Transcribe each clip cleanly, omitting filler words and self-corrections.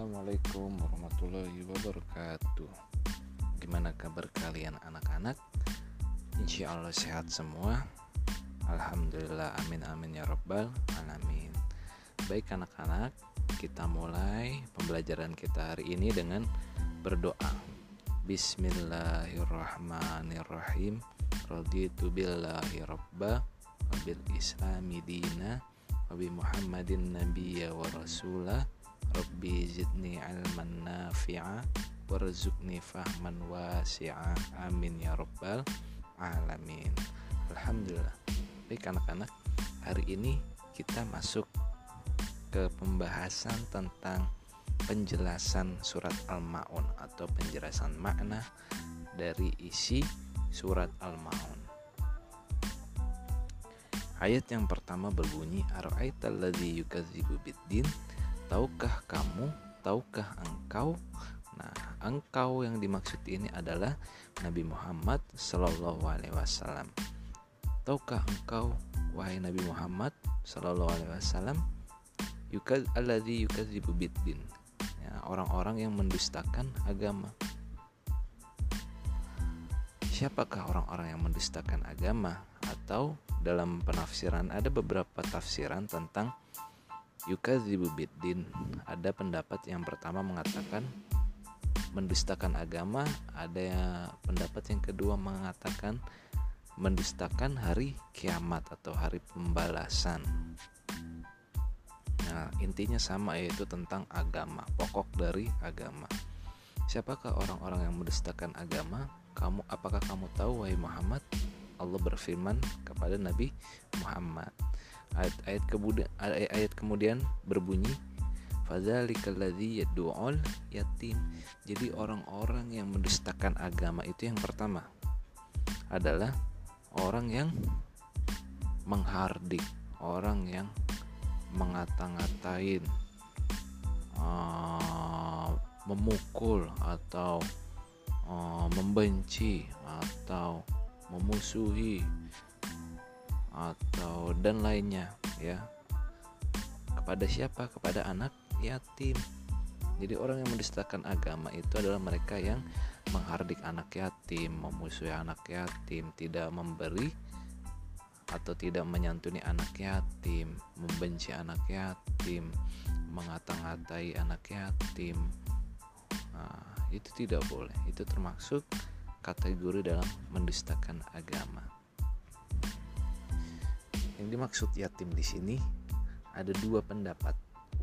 Assalamualaikum warahmatullahi wabarakatuh. Gimana kabar kalian anak-anak? Insya Allah sehat semua. Alhamdulillah, amin amin ya rabbal alamin. Baik anak-anak, kita mulai pembelajaran kita hari ini dengan berdoa. Bismillahirrahmanirrahim. Raditu billahi rabba wa bil islami dina wa bi muhammadin nabiyya wa rasulah. Rabbi zidni ilman nafi'a warzuqni fahman wasi'a. Amin ya rabbal alamin. Alhamdulillah. Baik anak-anak, hari ini kita masuk ke pembahasan tentang penjelasan surat Al-Ma'un atau penjelasan makna dari isi surat Al-Ma'un. Ayat yang pertama berbunyi, Ara'aital ladzi yukadzibu biddin. Tahukah kamu, tahukah engkau? Nah, engkau yang dimaksud ini adalah Nabi Muhammad Sallallahu Alaihi Wasallam. Tahukah engkau, wahai Nabi Muhammad Sallallahu Alaihi Wasallam, alladzi yukadzibu biddin, ya, orang-orang yang mendustakan agama. Siapakah orang-orang yang mendustakan agama? Atau dalam penafsiran ada beberapa tafsiran tentang yukadzibu biddin. Ada pendapat yang pertama mengatakan mendustakan agama, ada pendapat yang kedua mengatakan mendustakan hari kiamat atau hari pembalasan. Nah, intinya sama, yaitu tentang agama, pokok dari agama. Siapakah orang-orang yang mendustakan agama? Apakah kamu tahu, wahai Muhammad? Allah berfirman kepada Nabi Muhammad. Ayat kemudian berbunyi, fadzalikal ladzi yad'ul yatim. Jadi orang-orang yang mendustakan agama itu yang pertama adalah orang yang menghardik, orang yang mengata-ngatain, memukul atau membenci atau memusuhi atau dan lainnya, ya. Kepada siapa? Kepada anak yatim. Jadi orang yang mendustakan agama itu adalah mereka yang menghardik anak yatim, memusuhi anak yatim, tidak memberi atau tidak menyantuni anak yatim, membenci anak yatim, mengata-ngatai anak yatim. Nah, itu tidak boleh. Itu termasuk kategori dalam mendustakan agama. Yang dimaksud yatim di sini ada dua pendapat.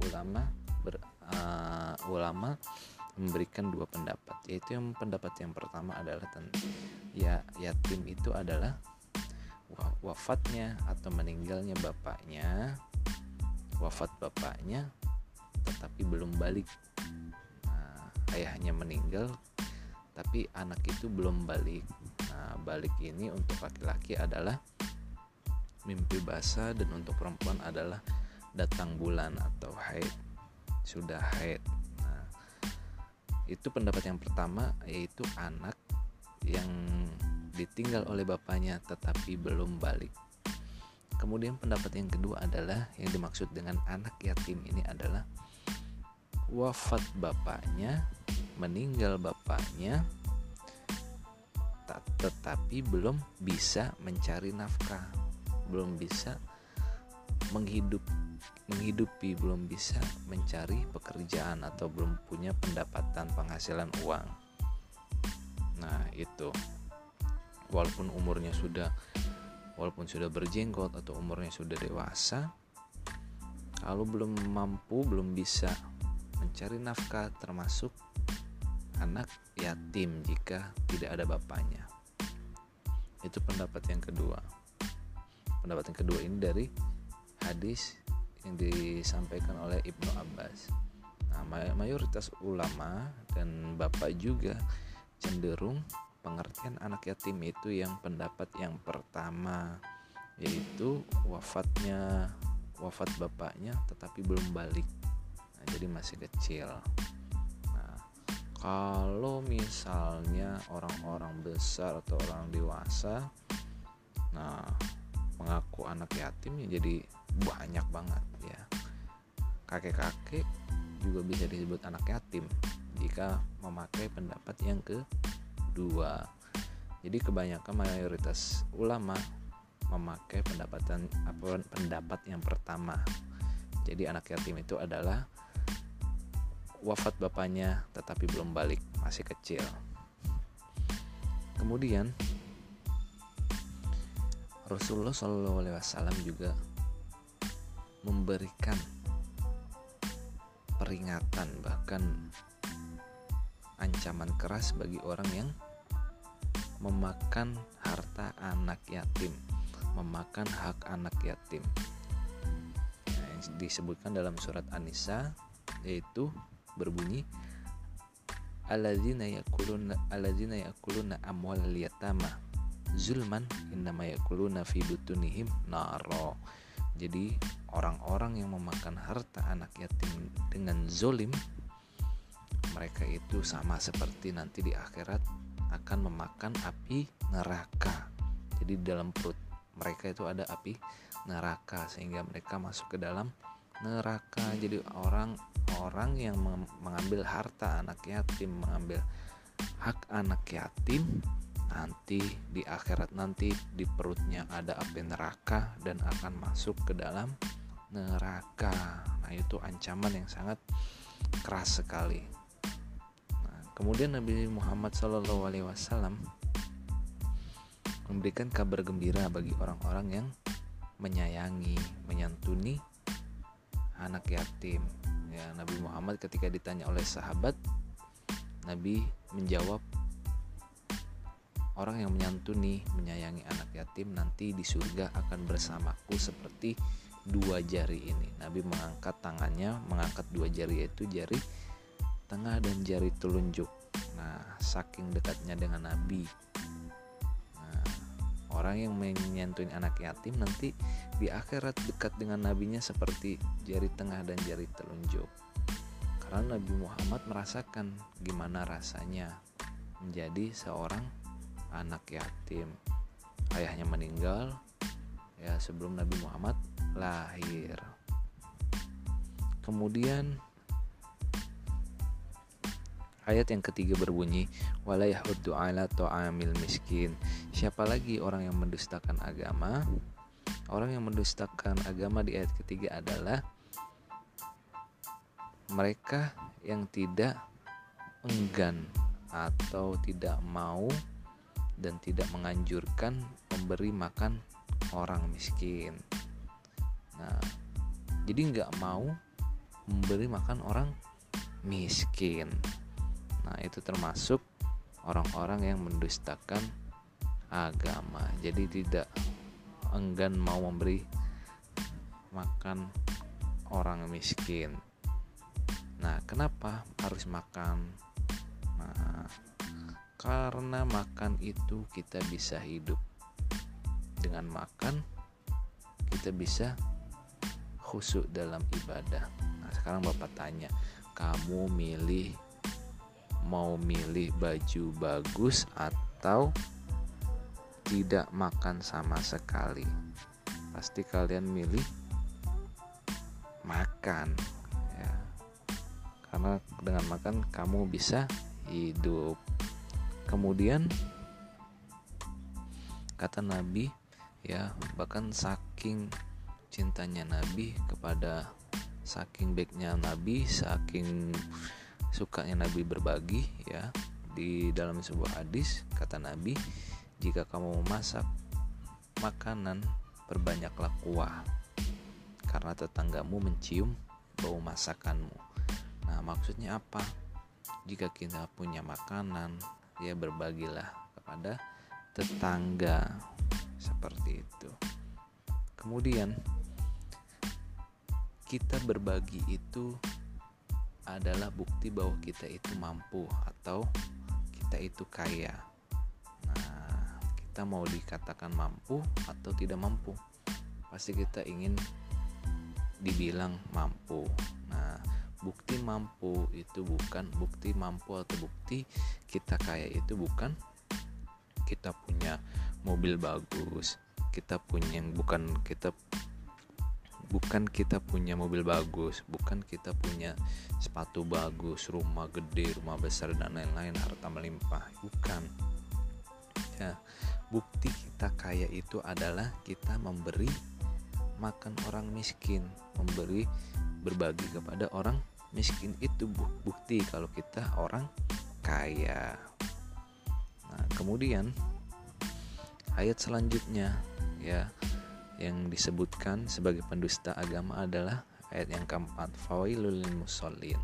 Ulama memberikan dua pendapat, yaitu yang pendapat yang pertama adalah yatim itu adalah wafatnya atau meninggalnya bapaknya, wafat bapaknya tetapi belum balik. Nah, ayahnya meninggal tapi anak itu belum balik. Nah, balik ini untuk laki-laki adalah mimpi basah, dan untuk perempuan adalah datang bulan atau haid, sudah haid. Nah, itu pendapat yang pertama, yaitu anak yang ditinggal oleh bapaknya tetapi belum balik. Kemudian pendapat yang kedua adalah yang dimaksud dengan anak yatim ini adalah wafat bapaknya, meninggal bapaknya tetapi belum bisa mencari nafkah, belum bisa menghidupi, belum bisa mencari pekerjaan atau belum punya pendapatan penghasilan uang. Nah, itu walaupun sudah berjenggot atau umurnya sudah dewasa, kalau belum mampu, belum bisa mencari nafkah, termasuk anak yatim jika tidak ada bapaknya. Itu pendapat yang kedua. Pendapat yang kedua ini dari hadis yang disampaikan oleh Ibnu Abbas. Nah, mayoritas ulama dan bapak juga cenderung pengertian anak yatim itu yang pendapat yang pertama, yaitu wafat bapaknya tetapi belum balik. Nah, jadi masih kecil. Nah, kalau misalnya orang-orang besar atau orang dewasa, nah, mengaku anak yatim ya jadi banyak banget, ya. Kakek-kakek juga bisa disebut anak yatim jika memakai pendapat yang kedua. Jadi kebanyakan mayoritas ulama memakai pendapat yang pertama. Jadi anak yatim itu adalah wafat bapaknya tetapi belum balik, masih kecil. Kemudian Rasulullah SAW juga memberikan peringatan, bahkan ancaman keras bagi orang yang memakan harta anak yatim, memakan hak anak yatim. Nah, yang disebutkan dalam surat An-Nisa yaitu berbunyi alladzina yakuluna amwalal yatama zulman innama yakuluna fi butunihim naro. Jadi orang-orang yang memakan harta anak yatim dengan zolim, mereka itu sama seperti nanti di akhirat akan memakan api neraka. Jadi dalam perut mereka itu ada api neraka sehingga mereka masuk ke dalam neraka. Jadi orang-orang yang mengambil harta anak yatim, mengambil hak anak yatim, nanti di akhirat nanti di perutnya ada api neraka dan akan masuk ke dalam neraka. Nah, itu ancaman yang sangat keras sekali. Nah, kemudian Nabi Muhammad SAW memberikan kabar gembira bagi orang-orang yang menyayangi, menyantuni anak yatim. Ya, Nabi Muhammad ketika ditanya oleh sahabat, Nabi menjawab, orang yang menyantuni, menyayangi anak yatim nanti di surga akan bersamaku seperti dua jari ini. Nabi mengangkat tangannya, mengangkat dua jari, yaitu jari tengah dan jari telunjuk. Nah, saking dekatnya dengan Nabi. Nah, orang yang menyantuni anak yatim nanti di akhirat dekat dengan nabinya seperti jari tengah dan jari telunjuk. Karena Nabi Muhammad merasakan gimana rasanya menjadi seorang anak yatim. Ayahnya meninggal ya sebelum Nabi Muhammad lahir. Kemudian ayat yang ketiga berbunyi wala yahuddu ala ta'amil miskin. Siapa lagi orang yang mendustakan agama? Orang yang mendustakan agama di ayat ketiga adalah mereka yang tidak enggan atau tidak mau dan tidak menganjurkan memberi makan orang miskin. Nah, jadi nggak mau memberi makan orang miskin. Nah, itu termasuk orang-orang yang mendustakan agama. Jadi tidak enggan mau memberi makan orang miskin. Nah, kenapa harus makan? Nah, karena makan itu kita bisa hidup. Dengan makan kita bisa khusyuk dalam ibadah. Nah, sekarang Bapak tanya, kamu mau milih baju bagus atau tidak makan sama sekali? Pasti kalian milih makan ya. Karena dengan makan kamu bisa hidup. Kemudian kata Nabi ya, bahkan saking cintanya Nabi kepada, saking baiknya Nabi, saking sukanya Nabi berbagi ya, di dalam sebuah hadis kata Nabi, jika kamu memasak makanan perbanyaklah kuah karena tetanggamu mencium bau masakanmu. Nah, maksudnya apa? Jika kita punya makanan, ya berbagilah kepada tetangga, seperti itu. Kemudian kita berbagi itu adalah bukti bahwa kita itu mampu atau kita itu kaya. Nah, kita mau dikatakan mampu atau tidak mampu, pasti kita ingin dibilang mampu. Nah, bukti mampu itu bukan bukti mampu atau bukti kita kaya itu bukan kita punya mobil bagus, kita punya bukan kita punya mobil bagus, bukan kita punya sepatu bagus, rumah gede, rumah besar dan lain-lain, harta melimpah, bukan. Ya, bukti kita kaya itu adalah kita memberi makan orang miskin, berbagi kepada orang miskin. Itu bukti kalau kita orang kaya. Nah, kemudian ayat selanjutnya ya yang disebutkan sebagai pendusta agama adalah ayat yang keempat, fawailul lil musallin,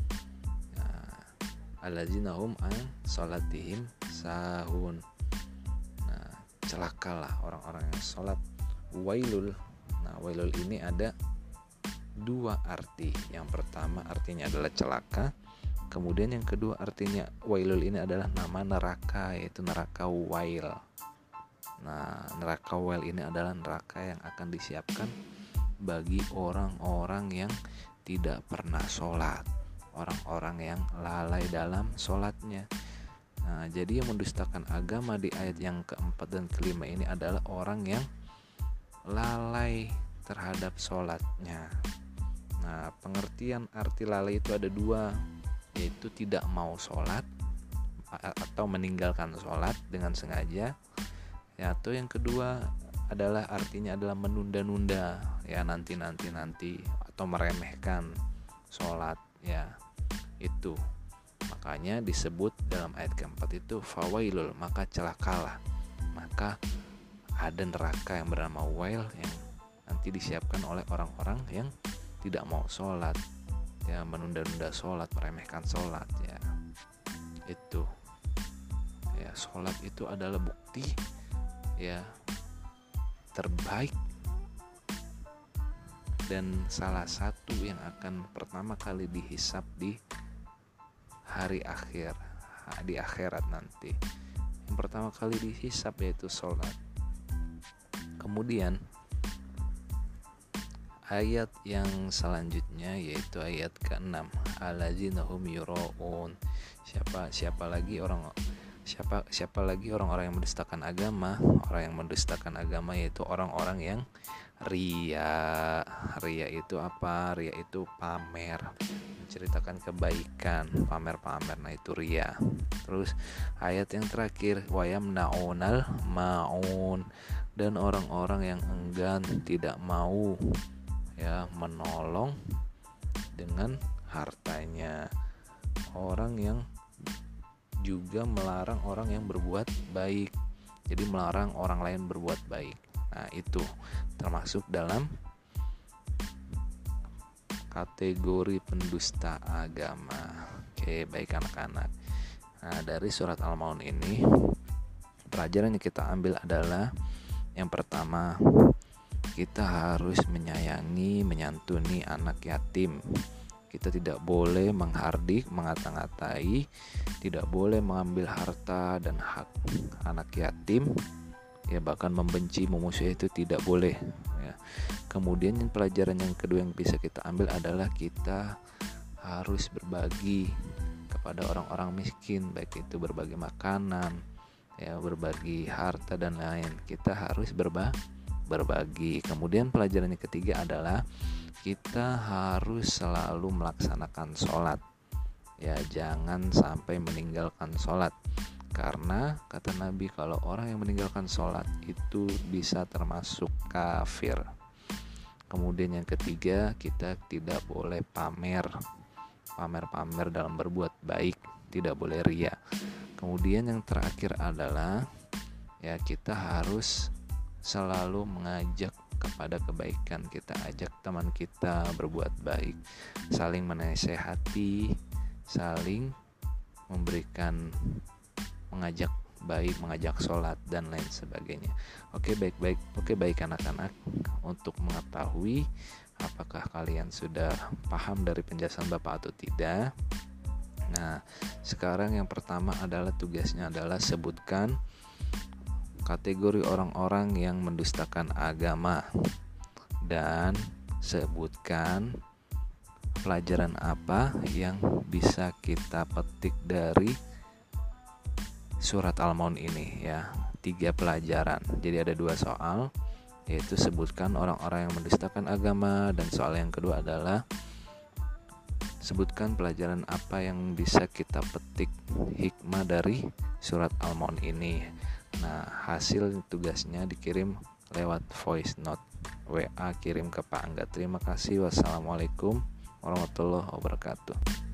alladzina hum an salatihim sahun. Nah, celakalah orang-orang yang salat. Wailul. Nah, wailul ini ada dua arti. Yang pertama artinya adalah celaka. Kemudian yang kedua artinya wailul ini adalah nama neraka, yaitu neraka wail. Nah, neraka wail ini adalah neraka yang akan disiapkan bagi orang-orang yang tidak pernah sholat, orang-orang yang lalai dalam sholatnya. Nah, jadi yang mendustakan agama di ayat yang keempat dan kelima ini adalah orang yang lalai terhadap sholatnya. Nah, pengertian arti lalai itu ada dua, yaitu tidak mau sholat atau meninggalkan sholat dengan sengaja, ya, atau yang kedua adalah artinya adalah menunda-nunda, ya, nanti atau meremehkan sholat, ya, itu. Makanya disebut dalam ayat keempat itu fawailul, maka celakalah, maka ada neraka yang bernama wail yang nanti disiapkan oleh orang-orang yang tidak mau sholat, ya, menunda-nunda sholat, meremehkan sholat, ya, itu. Ya, sholat itu adalah bukti, ya, terbaik dan salah satu yang akan pertama kali dihisab di hari akhir, di akhirat nanti. Yang pertama kali dihisab yaitu sholat. Kemudian ayat yang selanjutnya yaitu ayat ke-6, alladzina hum yuraun. Siapa lagi orang-orang yang mendustakan agama? Orang yang mendustakan agama yaitu orang-orang yang ria. Ria itu apa? Ria itu pamer, menceritakan kebaikan, pamer-pamer. Nah, itu ria. Terus ayat yang terakhir, wayamnaunal maun, dan orang-orang yang enggan, tidak mau, ya, menolong dengan hartanya. Orang yang juga melarang orang yang berbuat baik, jadi melarang orang lain berbuat baik. Nah, itu termasuk dalam kategori pendusta agama. Oke, baik anak-anak. Nah, dari surat Al-Maun ini pelajaran yang kita ambil adalah yang pertama, kita harus menyayangi, menyantuni anak yatim. Kita tidak boleh menghardik, mengata-ngatai, tidak boleh mengambil harta dan hak anak yatim, ya, bahkan membenci, memusuhi, itu tidak boleh, ya. Kemudian pelajaran yang kedua yang bisa kita ambil adalah kita harus berbagi kepada orang-orang miskin, baik itu berbagi makanan, ya, berbagi harta dan lain. Kita harus berbagi. Kemudian pelajaran yang ketiga adalah kita harus selalu melaksanakan sholat, ya, jangan sampai meninggalkan sholat, karena kata Nabi kalau orang yang meninggalkan sholat itu bisa termasuk kafir. Kemudian yang ketiga, kita tidak boleh pamer dalam berbuat baik, tidak boleh ria. Kemudian yang terakhir adalah, ya, kita harus selalu mengajak kepada kebaikan. Kita ajak teman kita berbuat baik, saling menasehati, saling memberikan, mengajak baik, mengajak sholat dan lain sebagainya. Oke, baik anak-anak. Untuk mengetahui apakah kalian sudah paham dari penjelasan Bapak atau tidak, nah, sekarang yang pertama adalah tugasnya adalah sebutkan kategori orang-orang yang mendustakan agama dan sebutkan pelajaran apa yang bisa kita petik dari surat Al-Maun ini, ya. 3 pelajaran. Jadi ada 2 soal. yaitu sebutkan orang-orang yang mendustakan agama. Dan soal yang kedua adalah sebutkan pelajaran apa yang bisa kita petik hikmah dari surat Al-Maun ini. Nah, hasil tugasnya dikirim lewat voice note WA, kirim ke Pak Angga. Terima kasih. Wassalamualaikum warahmatullahi wabarakatuh.